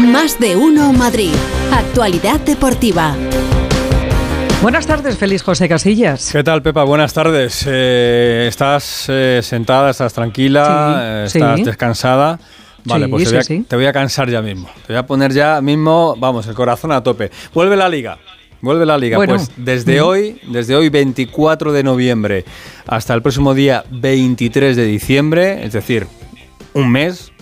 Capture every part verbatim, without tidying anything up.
Más de uno Madrid. Actualidad deportiva. Buenas tardes, Félix José Casillas. ¿Qué tal, Pepa? Buenas tardes. Eh, ¿Estás eh, sentada, estás tranquila, sí, eh, estás sí. descansada? Vale, Sí, pues te sí, voy, a, sí. te voy a cansar ya mismo. Te voy a poner ya mismo, vamos, el corazón a tope. Vuelve la Liga. Vuelve la Liga. Bueno. Pues desde Mm. hoy, desde hoy veinticuatro de noviembre hasta el próximo día veintitrés de diciembre, es decir, un mes,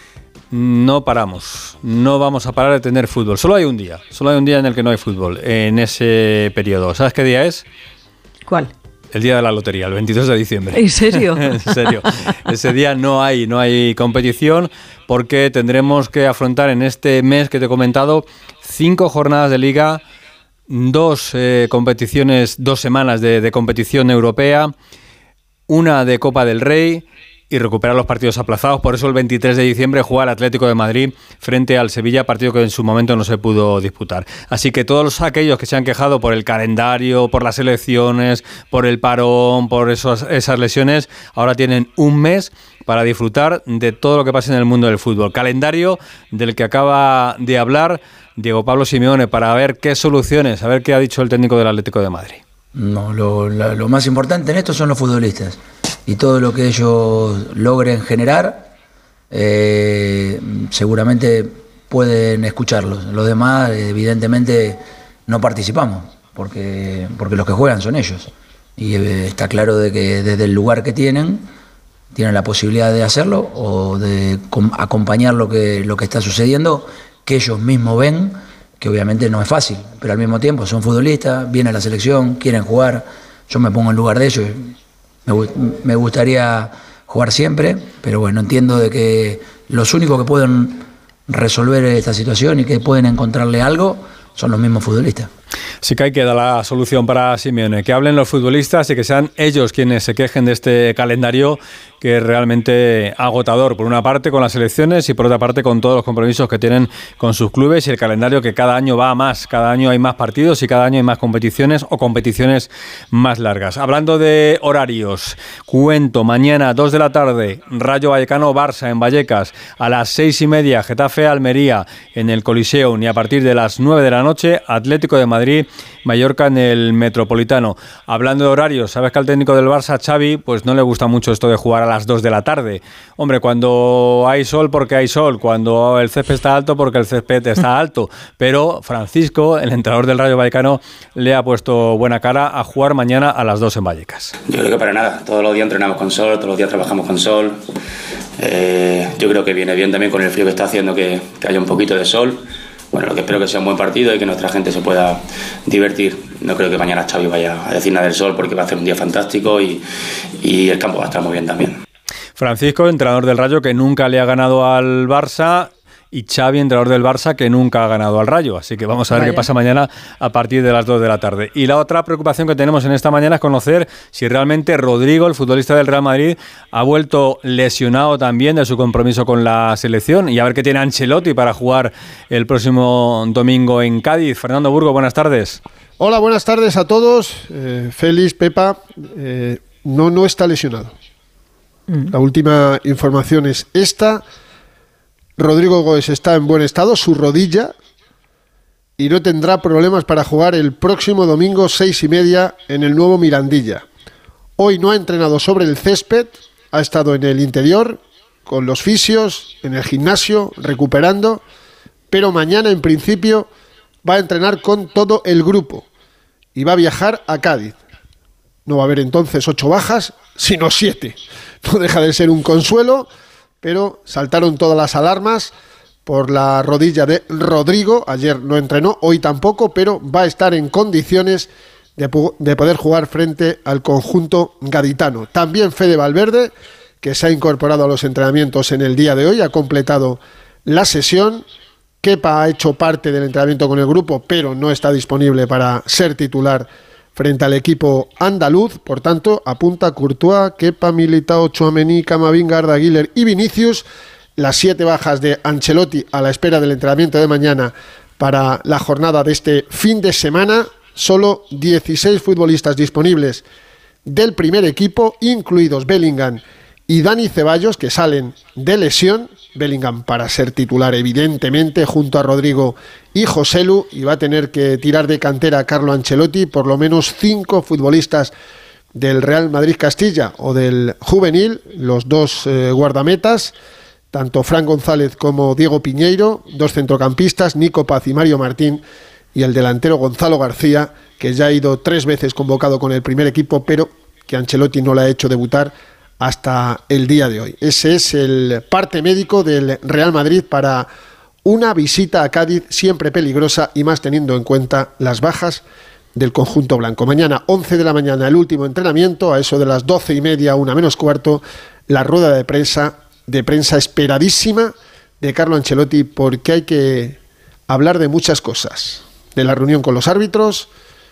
no paramos. No vamos a parar de tener fútbol. Solo hay un día. Solo hay un día en el que no hay fútbol en ese periodo. ¿Sabes qué día es? ¿Cuál? El día de la lotería, el veintidós de diciembre. ¿En serio? En serio. Ese día no hay, no hay competición porque tendremos que afrontar en este mes que te he comentado cinco jornadas de Liga, dos eh, competiciones, dos semanas de, de competición europea, una de Copa del Rey y recuperar los partidos aplazados. Por eso el veintitrés de diciembre juega el Atlético de Madrid frente al Sevilla, partido que en su momento no se pudo disputar. Así que todos aquellos que se han quejado por el calendario, por las elecciones, por el parón, por esos, esas lesiones, ahora tienen un mes para disfrutar de todo lo que pasa en el mundo del fútbol. Calendario del que acaba de hablar Diego Pablo Simeone para ver qué soluciones, a ver qué ha dicho el técnico del Atlético de Madrid. No, lo, lo, lo más importante en esto son los futbolistas y todo lo que ellos logren generar, eh, seguramente pueden escucharlos. Los demás, evidentemente, no participamos porque, porque los que juegan son ellos. Y eh, está claro de que desde el lugar que tienen, tienen la posibilidad de hacerlo o de com- acompañar lo que, lo que está sucediendo, que ellos mismos ven, que obviamente no es fácil, pero al mismo tiempo son futbolistas, vienen a la selección, quieren jugar. Yo me pongo en lugar de ellos. Me, me gustaría jugar siempre, pero bueno, entiendo de que los únicos que pueden resolver esta situación y que pueden encontrarle algo son los mismos futbolistas. Sí que ahí queda la solución para Simeone, que hablen los futbolistas y que sean ellos quienes se quejen de este calendario que es realmente agotador, por una parte con las selecciones y por otra parte con todos los compromisos que tienen con sus clubes y el calendario que cada año va a más, cada año hay más partidos y cada año hay más competiciones o competiciones más largas. Hablando de horarios, cuento, mañana dos de la tarde, Rayo Vallecano-Barça en Vallecas, a las seis y media Getafe-Almería en el Coliseum y a partir de las nueve de la noche Atlético de Madrid, Mallorca en el Metropolitano. Hablando de horarios, sabes que al técnico del Barça, Xavi, pues no le gusta mucho esto de jugar a las dos de la tarde. Hombre, cuando hay sol porque hay sol, cuando el césped está alto porque el césped está alto. Pero Francisco, el entrenador del Rayo Vallecano, le ha puesto buena cara a jugar mañana a las dos en Vallecas. Yo creo que para nada. Todos los días entrenamos con sol, todos los días trabajamos con sol. Eh, yo creo que viene bien también con el frío que está haciendo que, que haya un poquito de sol. Bueno, lo que espero que sea un buen partido y que nuestra gente se pueda divertir. No creo que mañana Xavi vaya a decir nada del sol porque va a hacer un día fantástico y, y el campo va a estar muy bien también. Francisco, entrenador del Rayo que nunca le ha ganado al Barça, y Xavi, entrenador del Barça, que nunca ha ganado al Rayo. Así que vamos a ver Vaya. qué pasa mañana a partir de las dos de la tarde. Y la otra preocupación que tenemos en esta mañana es conocer si realmente Rodrigo, el futbolista del Real Madrid, ha vuelto lesionado también de su compromiso con la selección, y a ver qué tiene Ancelotti para jugar el próximo domingo en Cádiz. Fernando Burgo, buenas tardes. Hola, buenas tardes a todos. Eh, Félix, Pepa, eh, no, no está lesionado. Mm. La última información es esta. Rodrigo Goes está en buen estado, su rodilla, y no tendrá problemas para jugar el próximo domingo seis y media en el nuevo Mirandilla. Hoy no ha entrenado sobre el césped, ha estado en el interior, con los fisios, en el gimnasio, recuperando, pero mañana en principio va a entrenar con todo el grupo y va a viajar a Cádiz. No va a haber entonces ocho bajas, sino siete. No deja de ser un consuelo, pero saltaron todas las alarmas por la rodilla de Rodrigo. Ayer no entrenó, hoy tampoco, pero va a estar en condiciones de, de poder jugar frente al conjunto gaditano. También Fede Valverde, que se ha incorporado a los entrenamientos en el día de hoy, ha completado la sesión. Kepa ha hecho parte del entrenamiento con el grupo, pero no está disponible para ser titular frente al equipo andaluz. Por tanto, apunta Courtois, Kepa, Militao, Tchouaméni, Camavinga, Arda Güler y Vinicius. Las siete bajas de Ancelotti a la espera del entrenamiento de mañana para la jornada de este fin de semana. Solo dieciséis futbolistas disponibles del primer equipo, incluidos Bellingham y Dani Ceballos, que salen de lesión. Bellingham para ser titular, evidentemente, junto a Rodrigo y Joselu, y va a tener que tirar de cantera a Carlo Ancelotti por lo menos cinco futbolistas del Real Madrid Castilla o del juvenil, los dos eh, guardametas, tanto Fran González como Diego Piñeiro, dos centrocampistas, Nico Paz y Mario Martín, y el delantero Gonzalo García, que ya ha ido tres veces convocado con el primer equipo, pero que Ancelotti no le ha hecho debutar hasta el día de hoy. Ese es el parte médico del Real Madrid para una visita a Cádiz siempre peligrosa, y más teniendo en cuenta las bajas del conjunto blanco. Mañana, once de la mañana, el último entrenamiento, a eso de las doce y media, una menos cuarto, la rueda de prensa, de prensa esperadísima de Carlo Ancelotti, porque hay que hablar de muchas cosas. De la reunión con los árbitros,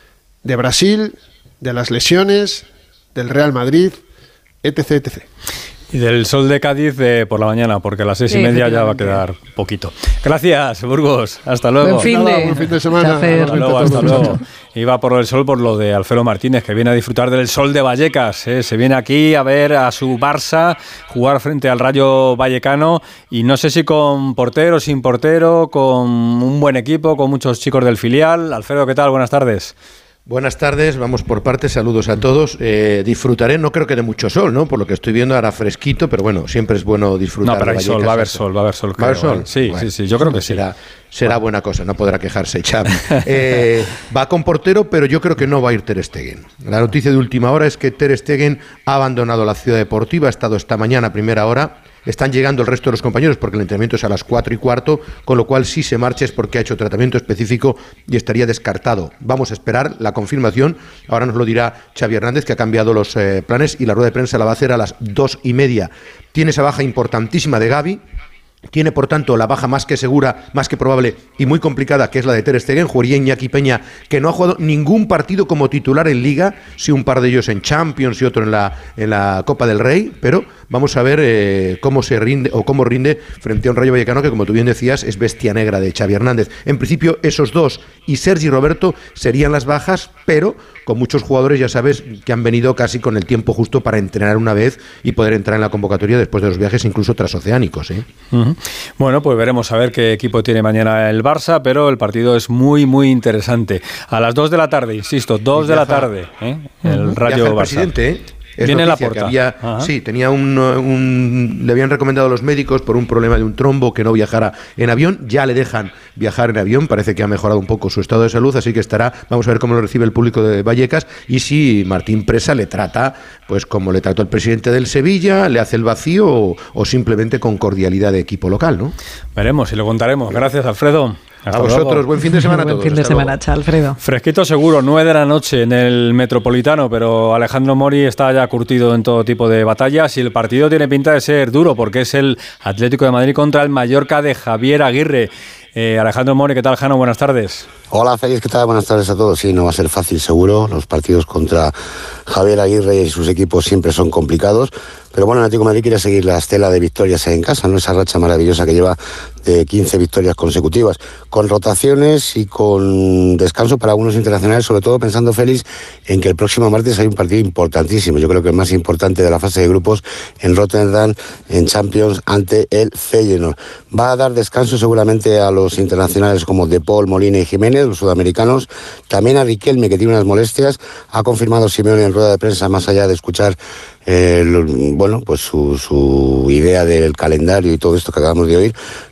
de Brasil, de las lesiones, del Real Madrid, etc, etcétera. Y del sol de Cádiz de por la mañana, porque a las seis y media ya va a quedar poquito. Gracias, Burgos. Hasta luego. Buen fin de, Nada, buen fin de semana. Hasta luego, hasta luego. Iba por el sol por lo de Alfredo Martínez, que viene a disfrutar del sol de Vallecas. ¿eh? Se viene aquí a ver a su Barça jugar frente al Rayo Vallecano, y no sé si con portero, sin portero, con un buen equipo, con muchos chicos del filial. Alfredo, ¿qué tal? Buenas tardes. Buenas tardes, vamos por partes, saludos a todos. Eh, disfrutaré, no creo que de mucho sol, ¿no? Por lo que estoy viendo ahora fresquito, pero bueno, siempre es bueno disfrutar. No, pero hay de sol, va a haber sol, va a haber sol. ¿Va a haber sol? Sí, bueno, sí, sí, yo creo que sí. Será, será buena cosa, no podrá quejarse Xavi. Eh, va con portero, pero yo creo que no va a ir Ter Stegen. La noticia de última hora es que Ter Stegen ha abandonado la ciudad deportiva, ha estado esta mañana a primera hora. Están llegando el resto de los compañeros porque el entrenamiento es a las cuatro y cuarto, con lo cual si se marcha es porque ha hecho tratamiento específico y estaría descartado. Vamos a esperar la confirmación. Ahora nos lo dirá Xavi Hernández, que ha cambiado los eh, planes, y la rueda de prensa la va a hacer a las dos y media. Tiene esa baja importantísima de Gavi. Tiene, por tanto, la baja más que segura, más que probable y muy complicada, que es la de Ter Stegen. Jugaría Iñaki Peña, que no ha jugado ningún partido como titular en Liga, sí un par de ellos en Champions y otro en la, en la Copa del Rey, pero vamos a ver eh, cómo se rinde o cómo rinde frente a un Rayo Vallecano que, como tú bien decías, es bestia negra de Xavi Hernández. En principio, esos dos y Sergi Roberto serían las bajas, pero con muchos jugadores, ya sabes, que han venido casi con el tiempo justo para entrenar una vez y poder entrar en la convocatoria después de los viajes, incluso transoceánicos, ¿eh? Uh-huh. Bueno, pues veremos a ver qué equipo tiene mañana el Barça, pero el partido es muy, muy interesante. A las dos de la tarde, insisto, dos de la tarde, ¿eh? El Rayo el Barça. Presidente, ¿eh? Es Viene noticia, la porta. Que había, sí, tenía un, un, le habían recomendado a los médicos por un problema de un trombo que no viajara en avión. Ya le dejan viajar en avión, parece que ha mejorado un poco su estado de salud, así que estará, vamos a ver cómo lo recibe el público de Vallecas y si Martín Presa le trata, pues como le trató el presidente del Sevilla, le hace el vacío o, o simplemente con cordialidad de equipo local, ¿no? Veremos y lo contaremos. Gracias, Alfredo. Hasta a vosotros, luego. Buen fin de semana a todos. Buen fin de semana, chao, Alfredo. Fresquito seguro, nueve de la noche en el Metropolitano, pero Alejandro Mori está ya curtido en todo tipo de batallas y el partido tiene pinta de ser duro porque es el Atlético de Madrid contra el Mallorca de Javier Aguirre. Eh, Alejandro Mori, ¿qué tal, Jano? Buenas tardes. Hola, Félix, ¿qué tal? Buenas tardes a todos. Sí, no va a ser fácil, seguro. Los partidos contra Javier Aguirre y sus equipos siempre son complicados. Pero bueno, el Atlético de Madrid quiere seguir la estela de victorias en casa, ¿no? Esa racha maravillosa que lleva de quince victorias consecutivas, con rotaciones y con descanso para algunos internacionales, sobre todo pensando, Félix, en que el próximo martes hay un partido importantísimo. Yo creo que el más importante de la fase de grupos en Rotterdam, en Champions, ante el Feyenoord. Va a dar descanso seguramente a los internacionales como De Paul, Molina y Jiménez, los sudamericanos. También a Riquelme, que tiene unas molestias. Ha confirmado Simeone en rueda de prensa, más allá de escuchar Eh, bueno, pues su, su idea del calendario y todo esto que acabamos de oír,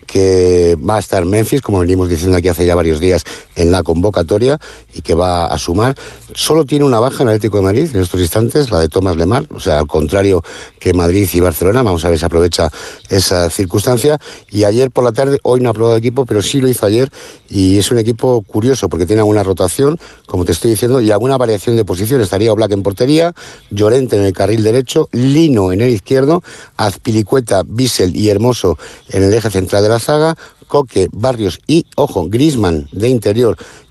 que va a estar Memphis, como venimos diciendo aquí hace ya varios días, en la convocatoria y que va a sumar. Solo tiene una baja en el Atlético de Madrid en estos instantes, la de Thomas Lemar, o sea, al contrario que Madrid y Barcelona. Vamos a ver si aprovecha esa circunstancia. Y ayer por la tarde, hoy no ha probado equipo, pero sí lo hizo ayer, y es un equipo curioso porque tiene alguna rotación, como te estoy diciendo, y alguna variación de posición. Estaría Oblak en portería, Llorente en el carril derecho, Lino en el izquierdo, Azpilicueta, Bissell y Hermoso en el eje central de la saga, Coque, Barrios y, ojo, Griezmann de interior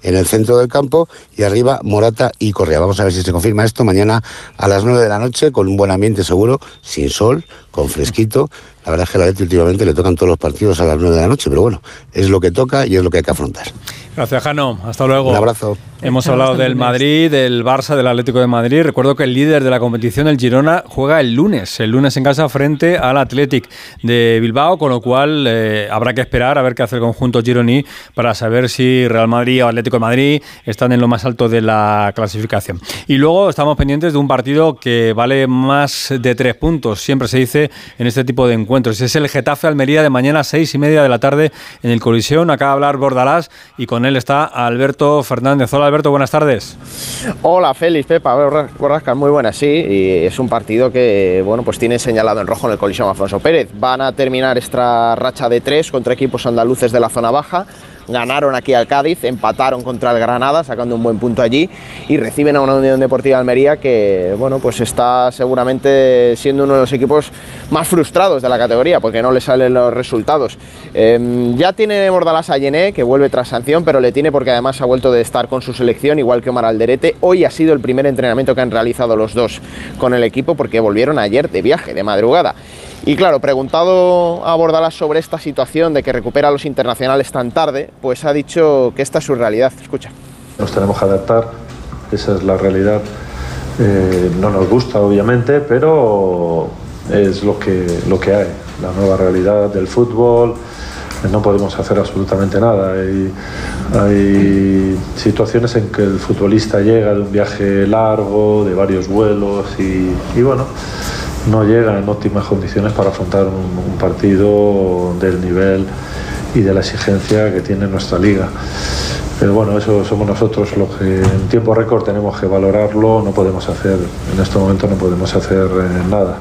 en el centro del campo y arriba Morata y Correa. Vamos a ver si se confirma esto mañana a las nueve de la noche, con un buen ambiente seguro, sin sol, con fresquito. La verdad es que a la Leti últimamente le tocan todos los partidos a las nueve de la noche, pero bueno, es lo que toca y es lo que hay que afrontar. Gracias, Jano. Hasta luego. Un abrazo. Hemos hablado del Madrid, del Barça, del Atlético de Madrid. Recuerdo que el líder de la competición, el Girona, juega el lunes, el lunes en casa frente al Athletic de Bilbao, con lo cual eh, habrá que esperar a ver qué hace el conjunto gironí para saber si Real Madrid o Atlético de Madrid están en lo más alto de la clasificación. Y luego estamos pendientes de un partido que vale más de tres puntos, siempre se dice en este tipo de encuentros. Es el Getafe-Almería de mañana a seis y media de la tarde en el Coliseum. Acaba de hablar Bordalás y con él está Alberto Fernández. Hola, Alberto, buenas tardes. Hola, Félix, Pepa, Borrasca, muy buenas, sí, y es un partido que, bueno, pues tiene señalado en rojo en el Coliseum Alfonso Pérez. Van a terminar esta racha de tres contra equipos andaluces de la zona baja. Ganaron aquí al Cádiz, empataron contra el Granada, sacando un buen punto allí, y reciben a una Unión Deportiva Almería que, bueno, pues está seguramente siendo uno de los equipos más frustrados de la categoría, porque no le salen los resultados. Eh, ya tiene Bordalás a Yené, que vuelve tras sanción, pero le tiene porque además ha vuelto de estar con su selección, igual que Omar Alderete. Hoy ha sido el primer entrenamiento que han realizado los dos con el equipo, porque volvieron ayer de viaje, de madrugada. Y claro, preguntado a Bordalás sobre esta situación de que recupera a los internacionales tan tarde, pues ha dicho que esta es su realidad. Escucha. Nos tenemos que adaptar, esa es la realidad. Eh, no nos gusta, obviamente, pero es lo que, lo que hay, la nueva realidad del fútbol. No podemos hacer absolutamente nada. Hay, hay situaciones en que el futbolista llega de un viaje largo, de varios vuelos y, y bueno, no llega en óptimas condiciones para afrontar un, un partido del nivel y de la exigencia que tiene nuestra liga. Pero bueno, eso somos nosotros los que en tiempo récord tenemos que valorarlo. No podemos hacer, en este momento no podemos hacer eh, nada.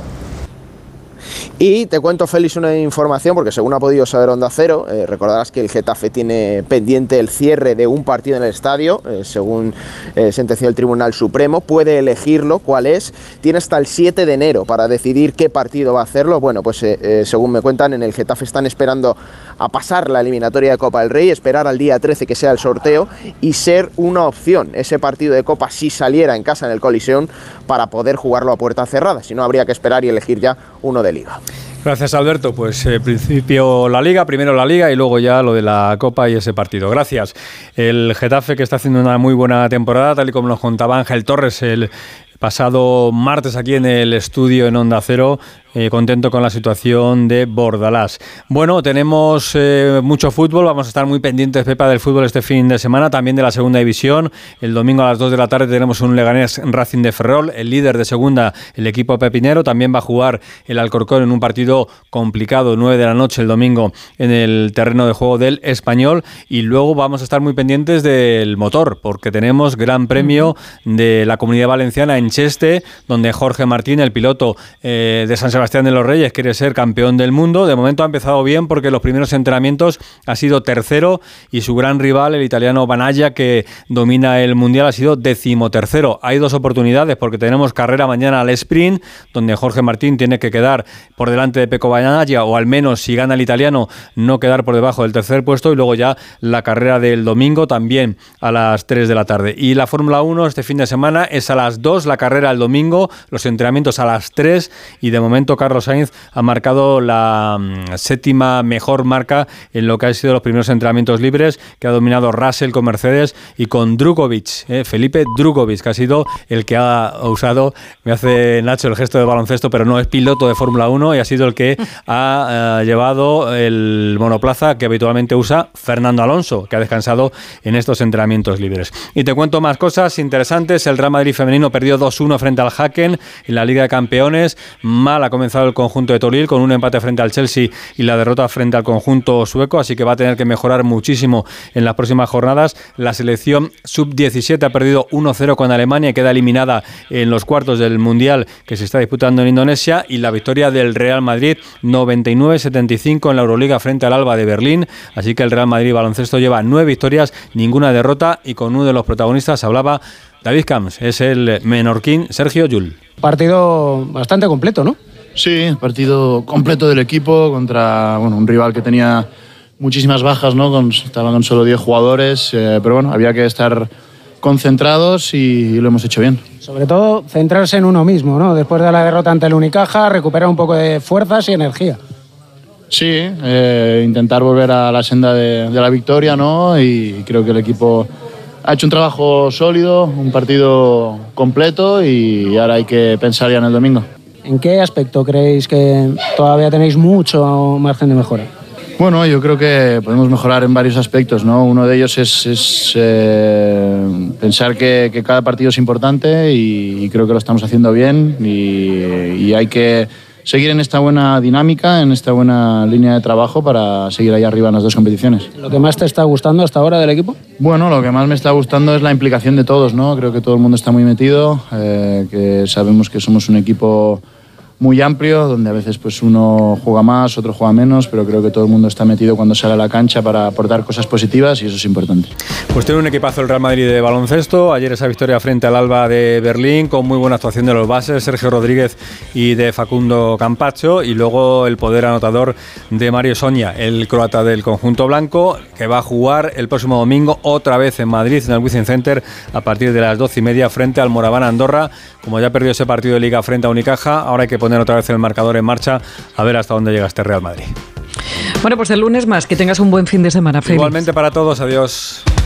Y te cuento, Félix, una información, porque según ha podido saber Onda Cero, eh, recordarás que el Getafe tiene pendiente el cierre de un partido en el estadio, eh, según eh, sentenció el Tribunal Supremo, puede elegirlo, cuál es, tiene hasta el siete de enero para decidir qué partido va a hacerlo. Bueno, pues eh, eh, según me cuentan, en el Getafe están esperando a pasar la eliminatoria de Copa del Rey, esperar al día trece que sea el sorteo y ser una opción ese partido de Copa si saliera en casa en el Coliseum para poder jugarlo a puerta cerrada, si no habría que esperar y elegir ya uno de Liga. Gracias, Alberto. Pues en eh, principio la Liga, primero la Liga y luego ya lo de la Copa y ese partido. Gracias. El Getafe, que está haciendo una muy buena temporada, tal y como nos contaba Ángel Torres el pasado martes aquí en el estudio en Onda Cero. Eh, contento con la situación de Bordalás. Bueno, tenemos eh, mucho fútbol, vamos a estar muy pendientes, Pepa, del fútbol este fin de semana, también de la segunda división. El domingo a las dos de la tarde tenemos un Leganés Racing de Ferrol, el líder de segunda, el equipo pepinero. También va a jugar el Alcorcón en un partido complicado, nueve de la noche el domingo en el terreno de juego del Español. Y luego vamos a estar muy pendientes del motor, porque tenemos Gran Premio de la Comunidad Valenciana en Cheste, donde Jorge Martín, el piloto eh, de San Sebastián Sebastián de los Reyes, quiere ser campeón del mundo. De momento ha empezado bien porque los primeros entrenamientos ha sido tercero y su gran rival, el italiano Banaya, que domina el mundial, ha sido decimotercero. Hay dos oportunidades porque tenemos carrera mañana al sprint, donde Jorge Martín tiene que quedar por delante de Pecco Banaya, o al menos, si gana el italiano, no quedar por debajo del tercer puesto, y luego ya la carrera del domingo también a las tres de la tarde. Y la Fórmula uno este fin de semana es a las dos, la carrera el domingo, los entrenamientos a las tres, y de momento Carlos Sainz ha marcado la um, séptima mejor marca en lo que han sido los primeros entrenamientos libres, que ha dominado Russell con Mercedes y con Drugovic, eh, Felipe Drugovic, que ha sido el que ha usado, me hace Nacho el gesto de baloncesto, pero no es piloto de Fórmula uno, y ha sido el que ha uh, llevado el monoplaza que habitualmente usa Fernando Alonso, que ha descansado en estos entrenamientos libres. Y te cuento más cosas interesantes. El Real Madrid femenino perdió dos uno frente al Häcken en la Liga de Campeones. Mal ha comenzado el conjunto de Toril con un empate frente al Chelsea y la derrota frente al conjunto sueco, así que va a tener que mejorar muchísimo en las próximas jornadas. La selección sub diecisiete ha perdido uno cero con Alemania y queda eliminada en los cuartos del Mundial que se está disputando en Indonesia, y la victoria del Real Madrid noventa y nueve setenta y cinco en la Euroliga frente al Alba de Berlín, así que el Real Madrid baloncesto lleva nueve victorias, ninguna derrota, y con uno de los protagonistas hablaba David Camps, es el menorquín Sergio Llull. Partido bastante completo, ¿no? Sí, partido completo del equipo contra bueno, un rival que tenía muchísimas bajas, ¿no? Con, estaban con solo diez jugadores, eh, pero bueno, había que estar concentrados y, y lo hemos hecho bien. Sobre todo, centrarse en uno mismo, ¿no? Después de la derrota ante el Unicaja, recuperar un poco de fuerzas y energía. Sí, eh, intentar volver a la senda de, de la victoria, ¿no? Y creo que el equipo ha hecho un trabajo sólido, un partido completo y ahora hay que pensar ya en el domingo. ¿En qué aspecto creéis que todavía tenéis mucho margen de mejora? Bueno, yo creo que podemos mejorar en varios aspectos, ¿no? Uno de ellos es, es eh, pensar que, que cada partido es importante y, y creo que lo estamos haciendo bien y, y hay que seguir en esta buena dinámica, en esta buena línea de trabajo para seguir ahí arriba en las dos competiciones. ¿Lo que más te está gustando hasta ahora del equipo? Bueno, lo que más me está gustando es la implicación de todos, ¿no? Creo que todo el mundo está muy metido, eh, que sabemos que somos un equipo muy amplio, donde a veces pues uno juega más, otro juega menos, pero creo que todo el mundo está metido cuando sale a la cancha para aportar cosas positivas y eso es importante. Pues tiene un equipazo el Real Madrid de baloncesto. Ayer esa victoria frente al Alba de Berlín, con muy buena actuación de los bases, Sergio Rodríguez y de Facundo Campacho, y luego el poder anotador de Mario Sonia, el croata del conjunto blanco, que va a jugar el próximo domingo otra vez en Madrid, en el Wizzing Center, a partir de las doce y media frente al Moraván Andorra. Como ya perdió ese partido de Liga frente a Unicaja, ahora hay que poner otra vez el marcador en marcha a ver hasta dónde llega este Real Madrid. Bueno, pues el lunes más, que tengas un buen fin de semana, Félix. Igualmente para todos, adiós.